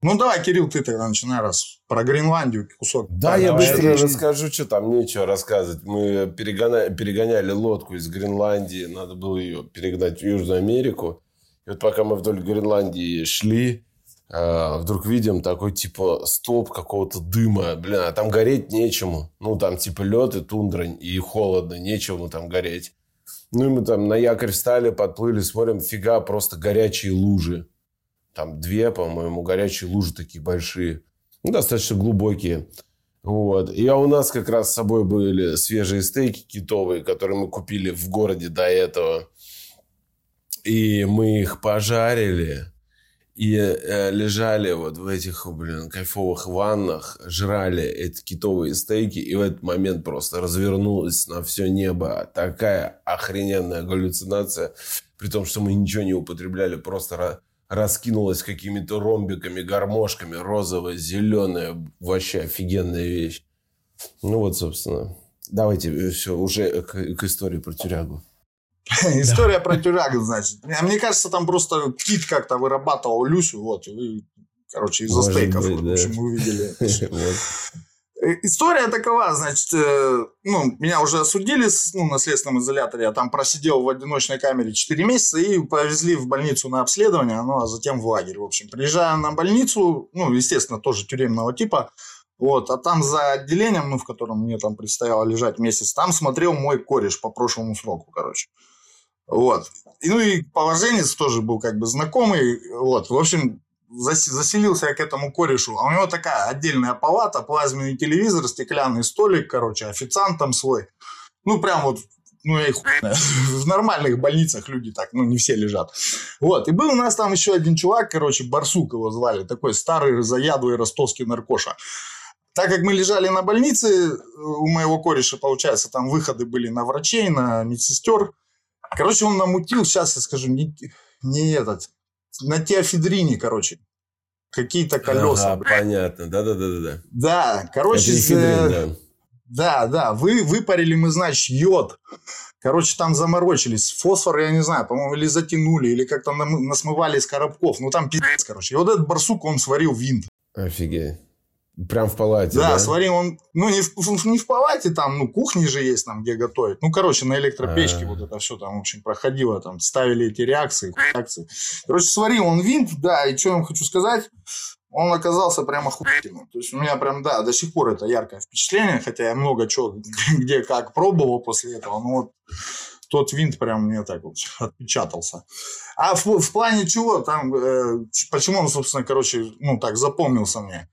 Ну давай, Кирилл, ты тогда начинай раз про Гренландию кусок.
Да,
Да,
я
давай,
быстро
речь.
расскажу, что там нечего рассказывать. Мы перегоняли, перегоняли лодку из Гренландии, надо было ее перегнать в Южную Америку. И вот пока мы вдоль Гренландии шли, э, вдруг видим такой типа столб какого-то дыма. Блин, а там гореть нечему. Ну, там типа лед и тундра, и холодно, нечему там гореть. Ну, и мы там на якорь встали, подплыли, смотрим, фига, просто горячие лужи. Там две, по-моему, горячие лужи такие большие. Ну, достаточно глубокие. Вот. И а у нас как раз с собой были свежие стейки китовые, которые мы купили в городе до этого. И мы их пожарили. И э, лежали вот в этих, блин, кайфовых ваннах, жрали эти китовые стейки. И в этот момент просто развернулась на все небо такая охрененная галлюцинация. При том, что мы ничего не употребляли, просто... раскинулась какими-то ромбиками, гармошками, розовая, зеленая, вообще офигенная вещь. Ну вот, собственно. Давайте все, уже к, к истории про тюрягу.
История про тюрягу, значит. Мне кажется, там просто кит как-то вырабатывал Люсю, вот, и, короче, из-за стейков, в общем, мы увидели. История такова, значит, э, ну, меня уже осудили ну, на следственном изоляторе, я там просидел в одиночной камере четыре месяца и повезли в больницу на обследование, ну, а затем в лагерь, в общем. Приезжаю на больницу, ну, естественно, тоже тюремного типа, вот, а там за отделением, ну, в котором мне там предстояло лежать месяц, там смотрел мой кореш по прошлому сроку, короче. Вот. И, ну, и положенец тоже был как бы знакомый, вот, в общем... Заселился я к этому корешу, а у него такая отдельная палата, плазменный телевизор, стеклянный столик, короче, официант там свой. Ну, прям вот, ну, я и хуй знаю. В нормальных больницах люди так, ну, не все лежат. Вот, и был у нас там еще один чувак, короче, Барсук его звали, такой старый, заядлый ростовский наркоша. Так как мы лежали на больнице, у моего кореша, получается, там выходы были на врачей, на медсестер. Короче, он намутил, сейчас я скажу, не, не этот... на теофедрине, короче. Какие-то колеса.
Ага, понятно. Да-да-да-да.
Да, короче.
Это эфедрин, да.
Да, да. Вы выпарили мы, значит, йод. Короче, там заморочились. Фосфор, я не знаю, по-моему, или затянули, или как-то насмывали из коробков. Ну, там пиздец, короче. И вот этот барсук, он сварил винт.
Офигеть. Прям в палате,
да?
Да,
сварил он, ну, не в, не в палате, там, ну, кухни же есть там, где готовят. Ну, короче, на электропечке А-а-а. Вот это все там, в общем, проходило, там, ставили эти реакции, реакции. Короче, сварил он винт, да, и что я вам хочу сказать, он оказался прям охуительным. То есть, у меня прям, да, до сих пор это яркое впечатление, хотя я много чего, где как пробовал после этого, но вот тот винт прям мне так вот отпечатался. А в, в плане чего, там, э, почему он, собственно, короче, ну, так запомнился мне.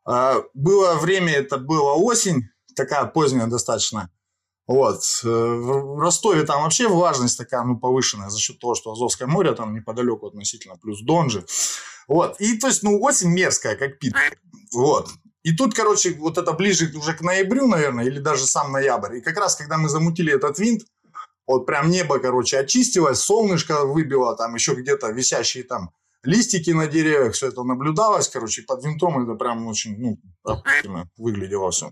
Было время, это была осень, такая поздняя достаточно. Вот. В Ростове там вообще влажность такая, ну, повышенная за счет того, что Азовское море там неподалеку относительно, плюс Дон же. Вот. И, то есть, ну, осень мерзкая, как пит. Вот. И тут, короче, вот это ближе уже к ноябрю, наверное, или даже сам ноябрь. И как раз, когда мы замутили этот винт, вот прям небо, короче, очистилось, солнышко выбило, там еще где-то висящие там листики на деревьях, все это наблюдалось, короче, под винтом это прям очень, ну, охуенно выглядело все.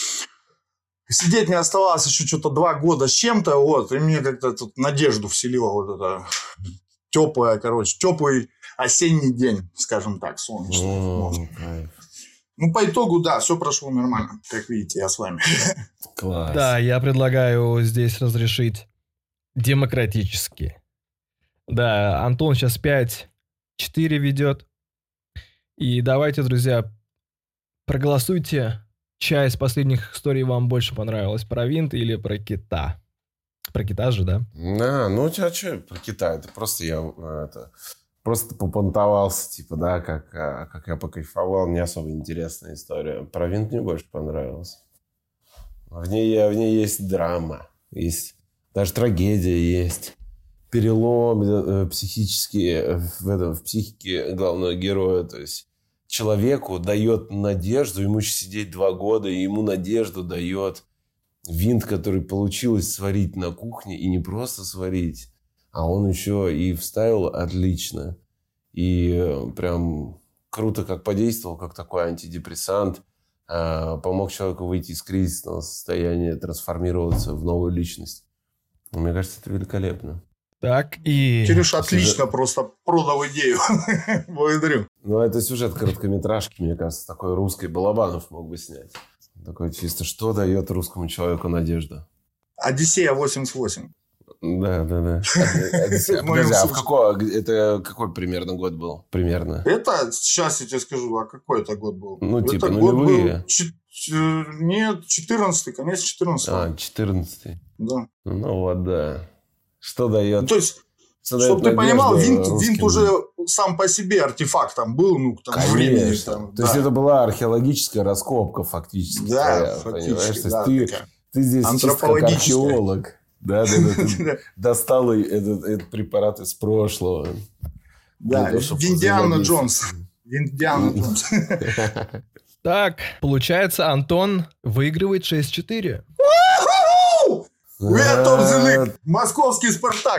Сидеть мне оставалось еще что-то два года с чем-то, вот, и мне как-то тут надежду вселило вот это теплое, короче, теплый осенний день, скажем так, солнечный.
Mm,
ну, по итогу, да, все прошло нормально, как видите, я с вами.
Класс.
Да, я предлагаю здесь разрешить демократически. Да, Антон сейчас пять четыре ведет. И давайте, друзья, проголосуйте. Чья из последних историй вам больше понравилась? Про винт или про кита? Про кита же, да?
Да, ну у тебя что про кита? Это просто я это, просто попонтовался, типа, да, как, как я покайфовал. Не особо интересная история. Про винт мне больше понравилось. В ней, в ней есть драма. Есть даже трагедия есть. Перелом э, психический в, этом, в психике главного героя. То есть человеку дает надежду, ему еще сидеть два года, и ему надежду дает винт, который получилось сварить на кухне, и не просто сварить, а он еще и вставил отлично. И прям круто как подействовал, как такой антидепрессант, э, помог человеку выйти из кризисного состояния, трансформироваться в новую личность. Мне кажется, это великолепно.
Так, и...
Кирюша отлично просто продал идею. Благодарю.
Ну, это сюжет короткометражки, мне кажется, такой русской. Балабанов мог бы снять. Такой чисто, что дает русскому человеку надежда?
Одиссея восемьдесят восемь.
Да, да, да. Подожди, а в какой, это какой примерно год был? Примерно.
Это, сейчас я тебе скажу, а какой это год был?
Ну,
это
типа
год
нулевые.
Был, нет, четырнадцатый, конец четырнадцатого.
А, четырнадцатый.
Да.
Ну вот, да. Что дает?
Ну, то есть, чтобы ты понимал, винт, винт уже сам по себе артефактом был, ну, к тому
Конечно.
времени. Там,
то
да.
есть, это была археологическая раскопка фактически.
Да,
твоя,
фактически, да.
Ты, ты здесь чисто как археолог. Да, да, да. Ты достал этот, этот препарат из прошлого.
Да, Виндиана Джонс. Виндиана Джонс.
Так, получается, Антон выигрывает шесть-четыре.
We are top the league. Московский Спартак.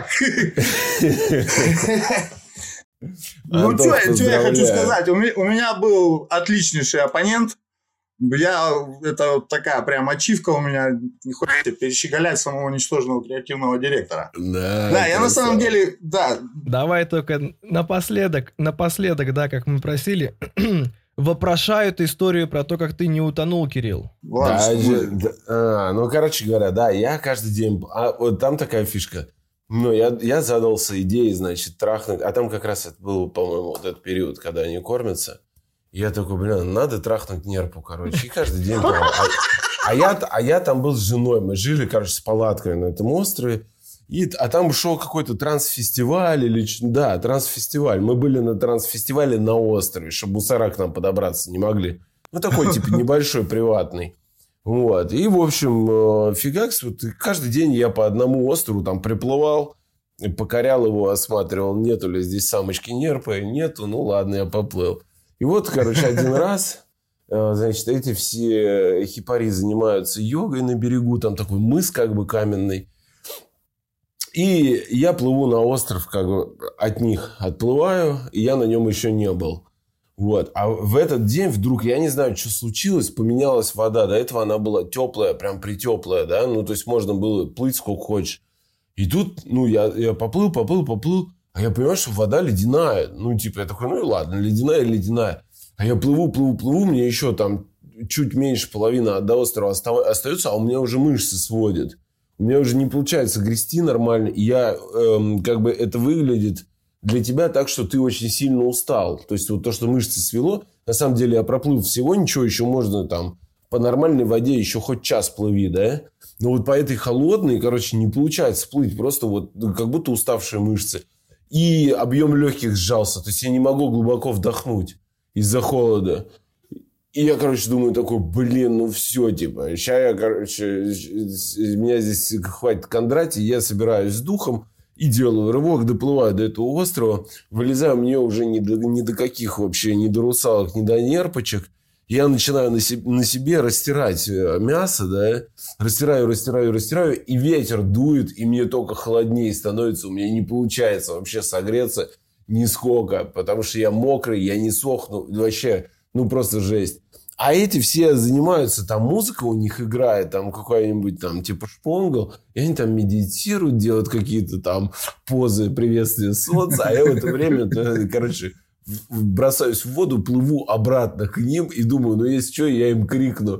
Ну, что я хочу сказать. У меня был отличнейший оппонент. Я, это такая прям ачивка у меня, не хочется перещеголять самого ничтожного креативного директора.
Да,
да я на самом деле, да.
Давай только напоследок, напоследок, да, как мы просили, вопрошают историю про то, как ты не утонул, Кирилл.
Да, же, да, а, ну, короче говоря, да, я каждый день... А, вот там такая фишка. Ну, я, я задался идеей, значит, трахнуть... А там как раз это был, по-моему, вот этот период, когда они кормятся. Я такой, блин, надо трахнуть нерпу, короче. И каждый день... А, а, я, а я там был с женой. Мы жили, короче, с палаткой на этом острове. И, а там шел какой-то трансфестиваль. Или, да, трансфестиваль. Мы были на трансфестивале на острове, чтобы мусора к нам подобраться не могли. Ну, такой, типа, небольшой, приватный. Вот. И, в общем, фигакс. Вот, каждый день я по одному острову там приплывал. Покорял его, осматривал, нету ли здесь самочки нерпы. Нету, ну ладно, я поплыл. И вот, короче, один раз, значит, эти все хипари занимаются йогой на берегу. Там такой мыс как бы каменный. И я плыву на остров, как бы от них отплываю. И я на нем еще не был. Вот. А в этот день вдруг, я не знаю, что случилось, поменялась вода. До этого она была теплая, прям притеплая, да. Ну, то есть, можно было плыть сколько хочешь. И тут, ну, я, я поплыл, поплыл, поплыл. А я понимаю, что вода ледяная. Ну, типа, я такой, ну и ладно, ледяная, ледяная. А я плыву, плыву, плыву, мне еще там чуть меньше половины до острова остается, а у меня уже мышцы сводят. У меня уже не получается грести нормально. И я, эм, как бы, это выглядит для тебя так, что ты очень сильно устал. То есть, вот то, что мышцы свело, на самом деле, я проплыл всего ничего, еще можно там по нормальной воде еще хоть час плыви, да? Но вот по этой холодной, короче, не получается плыть. Просто вот как будто уставшие мышцы. И объем легких сжался. То есть, я не могу глубоко вдохнуть из-за холода. И я, короче, думаю такой, блин, ну все, типа. Сейчас я, короче, меня здесь хватит Кондратий. Я собираюсь с духом и делаю рывок, доплываю до этого острова. Вылезаю, мне уже ни до, ни до каких вообще, ни до русалок, ни до нерпочек. Я начинаю на себе, на себе растирать мясо, да, растираю, растираю, растираю, и ветер дует, и мне только холоднее становится, у меня не получается вообще согреться нисколько, потому что я мокрый, я не сохну, вообще, ну, просто жесть. А эти все занимаются, там музыка у них играет, там какая-нибудь там типа шпонгл, и они там медитируют, делают какие-то там позы приветствия солнца, а я в это время, короче... бросаюсь в воду, плыву обратно к ним и думаю, ну, если что, я им крикну.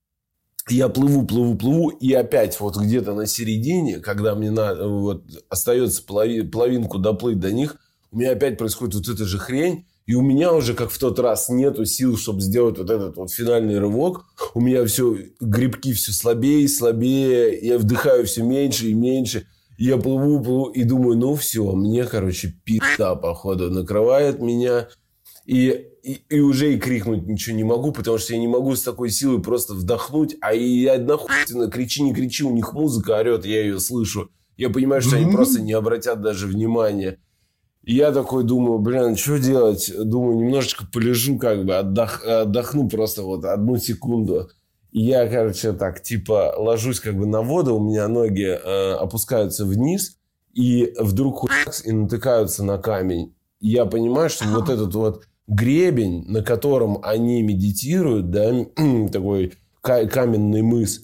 Я плыву, плыву, плыву, и опять вот где-то на середине, когда мне надо, вот, остается полови, половинку доплыть до них, у меня опять происходит вот эта же хрень, и у меня уже, как в тот раз, нету сил, чтобы сделать вот этот вот финальный рывок. У меня все, грибки все слабее и слабее, я вдыхаю все меньше и меньше. Я плыву, плыву и думаю, ну все, мне, короче, пизда, походу, накрывает меня. И, и, и уже и крикнуть ничего не могу, потому что я не могу с такой силой просто вдохнуть. А и однохуйственно, кричи, не кричи, у них музыка орет, я ее слышу. Я понимаю, что они просто не обратят даже внимания. И я такой думаю, блин, что делать? Думаю, немножечко полежу, как бы, отдох, отдохну просто вот одну секунду. И я, короче, так, типа, ложусь как бы на воду, у меня ноги э, опускаются вниз, и вдруг хуякс, и натыкаются на камень. И я понимаю, что вот этот вот гребень, на котором они медитируют, да, такой каменный мыс,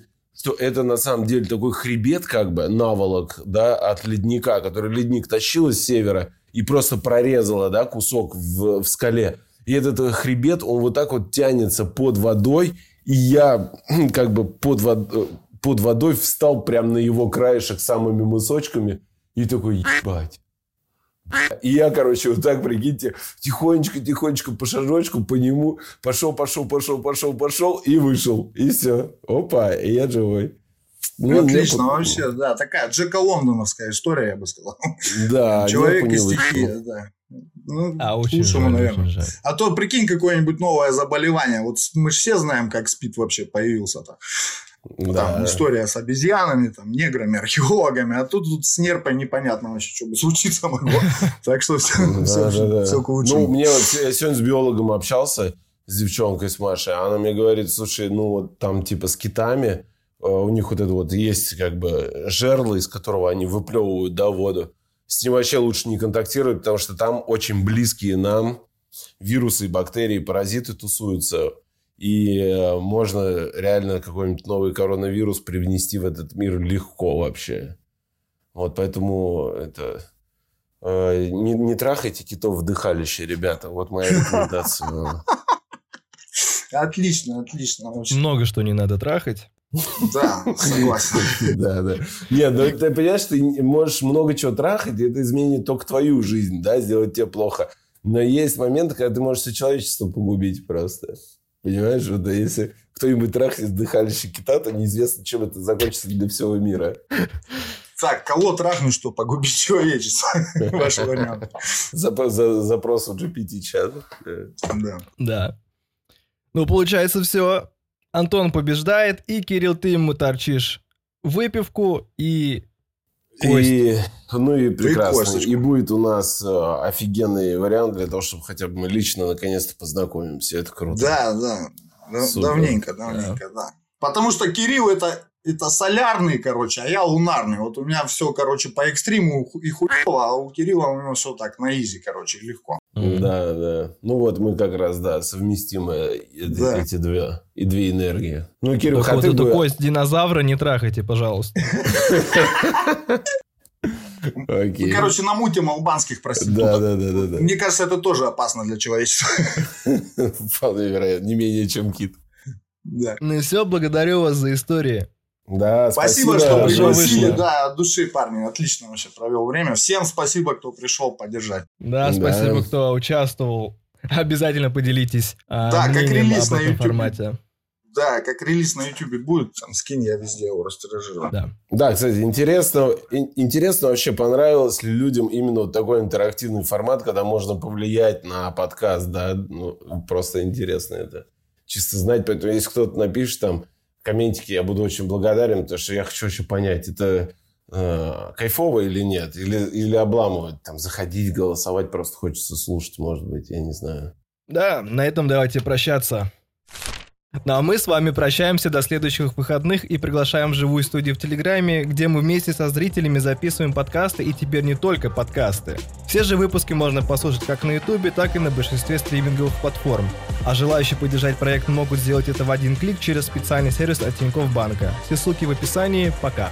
что это на самом деле такой хребет, как бы, наволок, да, от ледника, который ледник тащил из севера и просто прорезало, да, кусок в, в скале. И этот хребет, он вот так вот тянется под водой, и я как бы под, вод... под водой встал прямо на его краешек самыми мысочками и такой, ебать. И я, короче, вот так, прикиньте, тихонечко-тихонечко по шажочку по нему пошел, пошел, пошел, пошел, пошел и вышел. И все. Опа, и я живой.
Ну, отлично, вообще, да, такая Джека Лондоновская история, я бы сказал.
Да,
человек и стихия, да. Ну,
а, очень жаль,
наверное.
очень жаль.
А то, прикинь, какое-нибудь новое заболевание. Вот мы же все знаем, как СПИД вообще появился-то. Да. Там история с обезьянами, там, неграми, археологами. А тут, тут с нерпой непонятно вообще, что бы случиться могло. Так что все к лучшему.
Ну, мне вот я сегодня с биологом общался, с девчонкой, с Машей. Она мне говорит, слушай, ну, вот там типа с китами у них вот это вот есть как бы жерло, из которого они выплевывают, да, воду. С ним вообще лучше не контактировать, потому что там очень близкие нам вирусы, бактерии, паразиты тусуются. И можно реально какой-нибудь новый коронавирус привнести в этот мир легко вообще. Вот поэтому это... Э, не, не трахайте китов вдыхалище, ребята. Вот моя рекомендация.
Отлично, отлично.
Много что не надо трахать.
Да, согласен.
Да, да. Нет, ну ты понимаешь, ты можешь много чего трахать, и это изменит только твою жизнь, да, сделать тебе плохо. Но есть моменты, когда ты можешь все человечество погубить просто. Понимаешь, вот если кто-нибудь трахнет вдыхалище кита, то неизвестно, чем это закончится для всего мира.
Так, кого трахнуть, что погубить человечество? Ваш вариант.
Запрос у джи пи ти-чат.
Да.
Да. Ну, получается, все. Антон побеждает, и, Кирилл, ты ему торчишь выпивку и кость.
И, ну и прекрасно.
И,
и будет у нас э, офигенный вариант для того, чтобы хотя бы мы лично наконец-то познакомимся. Это круто.
Да, да. Супер. Давненько, давненько, да. да. Потому что Кирилл это, это солярный, короче, а я лунарный. Вот у меня все, короче, по экстриму и хуево, а у Кирилла у него все так на изи, короче, легко.
Mm-hmm. Да, да. Ну вот мы как раз, да, совместимы да. эти две, и две энергии. Ну, Кирилл,
так вот эту бы... кость динозавра не трахайте, пожалуйста.
Мы, короче, намутим албанских проституток.
Да, да, да, да.
Мне кажется, это тоже опасно для человечества.
Вполне вероятно, не менее, чем кит.
Да.
Ну и все, благодарю вас за истории.
Да,
спасибо,
спасибо,
что пригласили. Да, от души, парни. Отлично вообще провел время. Всем спасибо, кто пришел поддержать.
Да, да. Спасибо, кто участвовал. Обязательно поделитесь
да, как релиз
об этом
на YouTube.
формате.
Да, как релиз на YouTube будет, там скинь, я везде его растиражирую.
Да.
Да, кстати, интересно, интересно вообще, понравилось ли людям именно вот такой интерактивный формат, когда можно повлиять на подкаст, да, ну, просто интересно это. Чисто знать, поэтому если кто-то напишет там комментики, я буду очень благодарен, потому что я хочу еще понять, это э, кайфово или нет, или, или обламывать, там, заходить, голосовать, просто хочется слушать, может быть, я не знаю.
Да, на этом давайте прощаться. Ну а мы с вами прощаемся до следующих выходных и приглашаем в живую студию в Телеграме, где мы вместе со зрителями записываем подкасты, и теперь не только подкасты. Все же выпуски можно послушать как на Ютубе, так и на большинстве стриминговых платформ. А желающие поддержать проект могут сделать это в один клик через специальный сервис от Тинькофф Банка. Все ссылки в описании. Пока.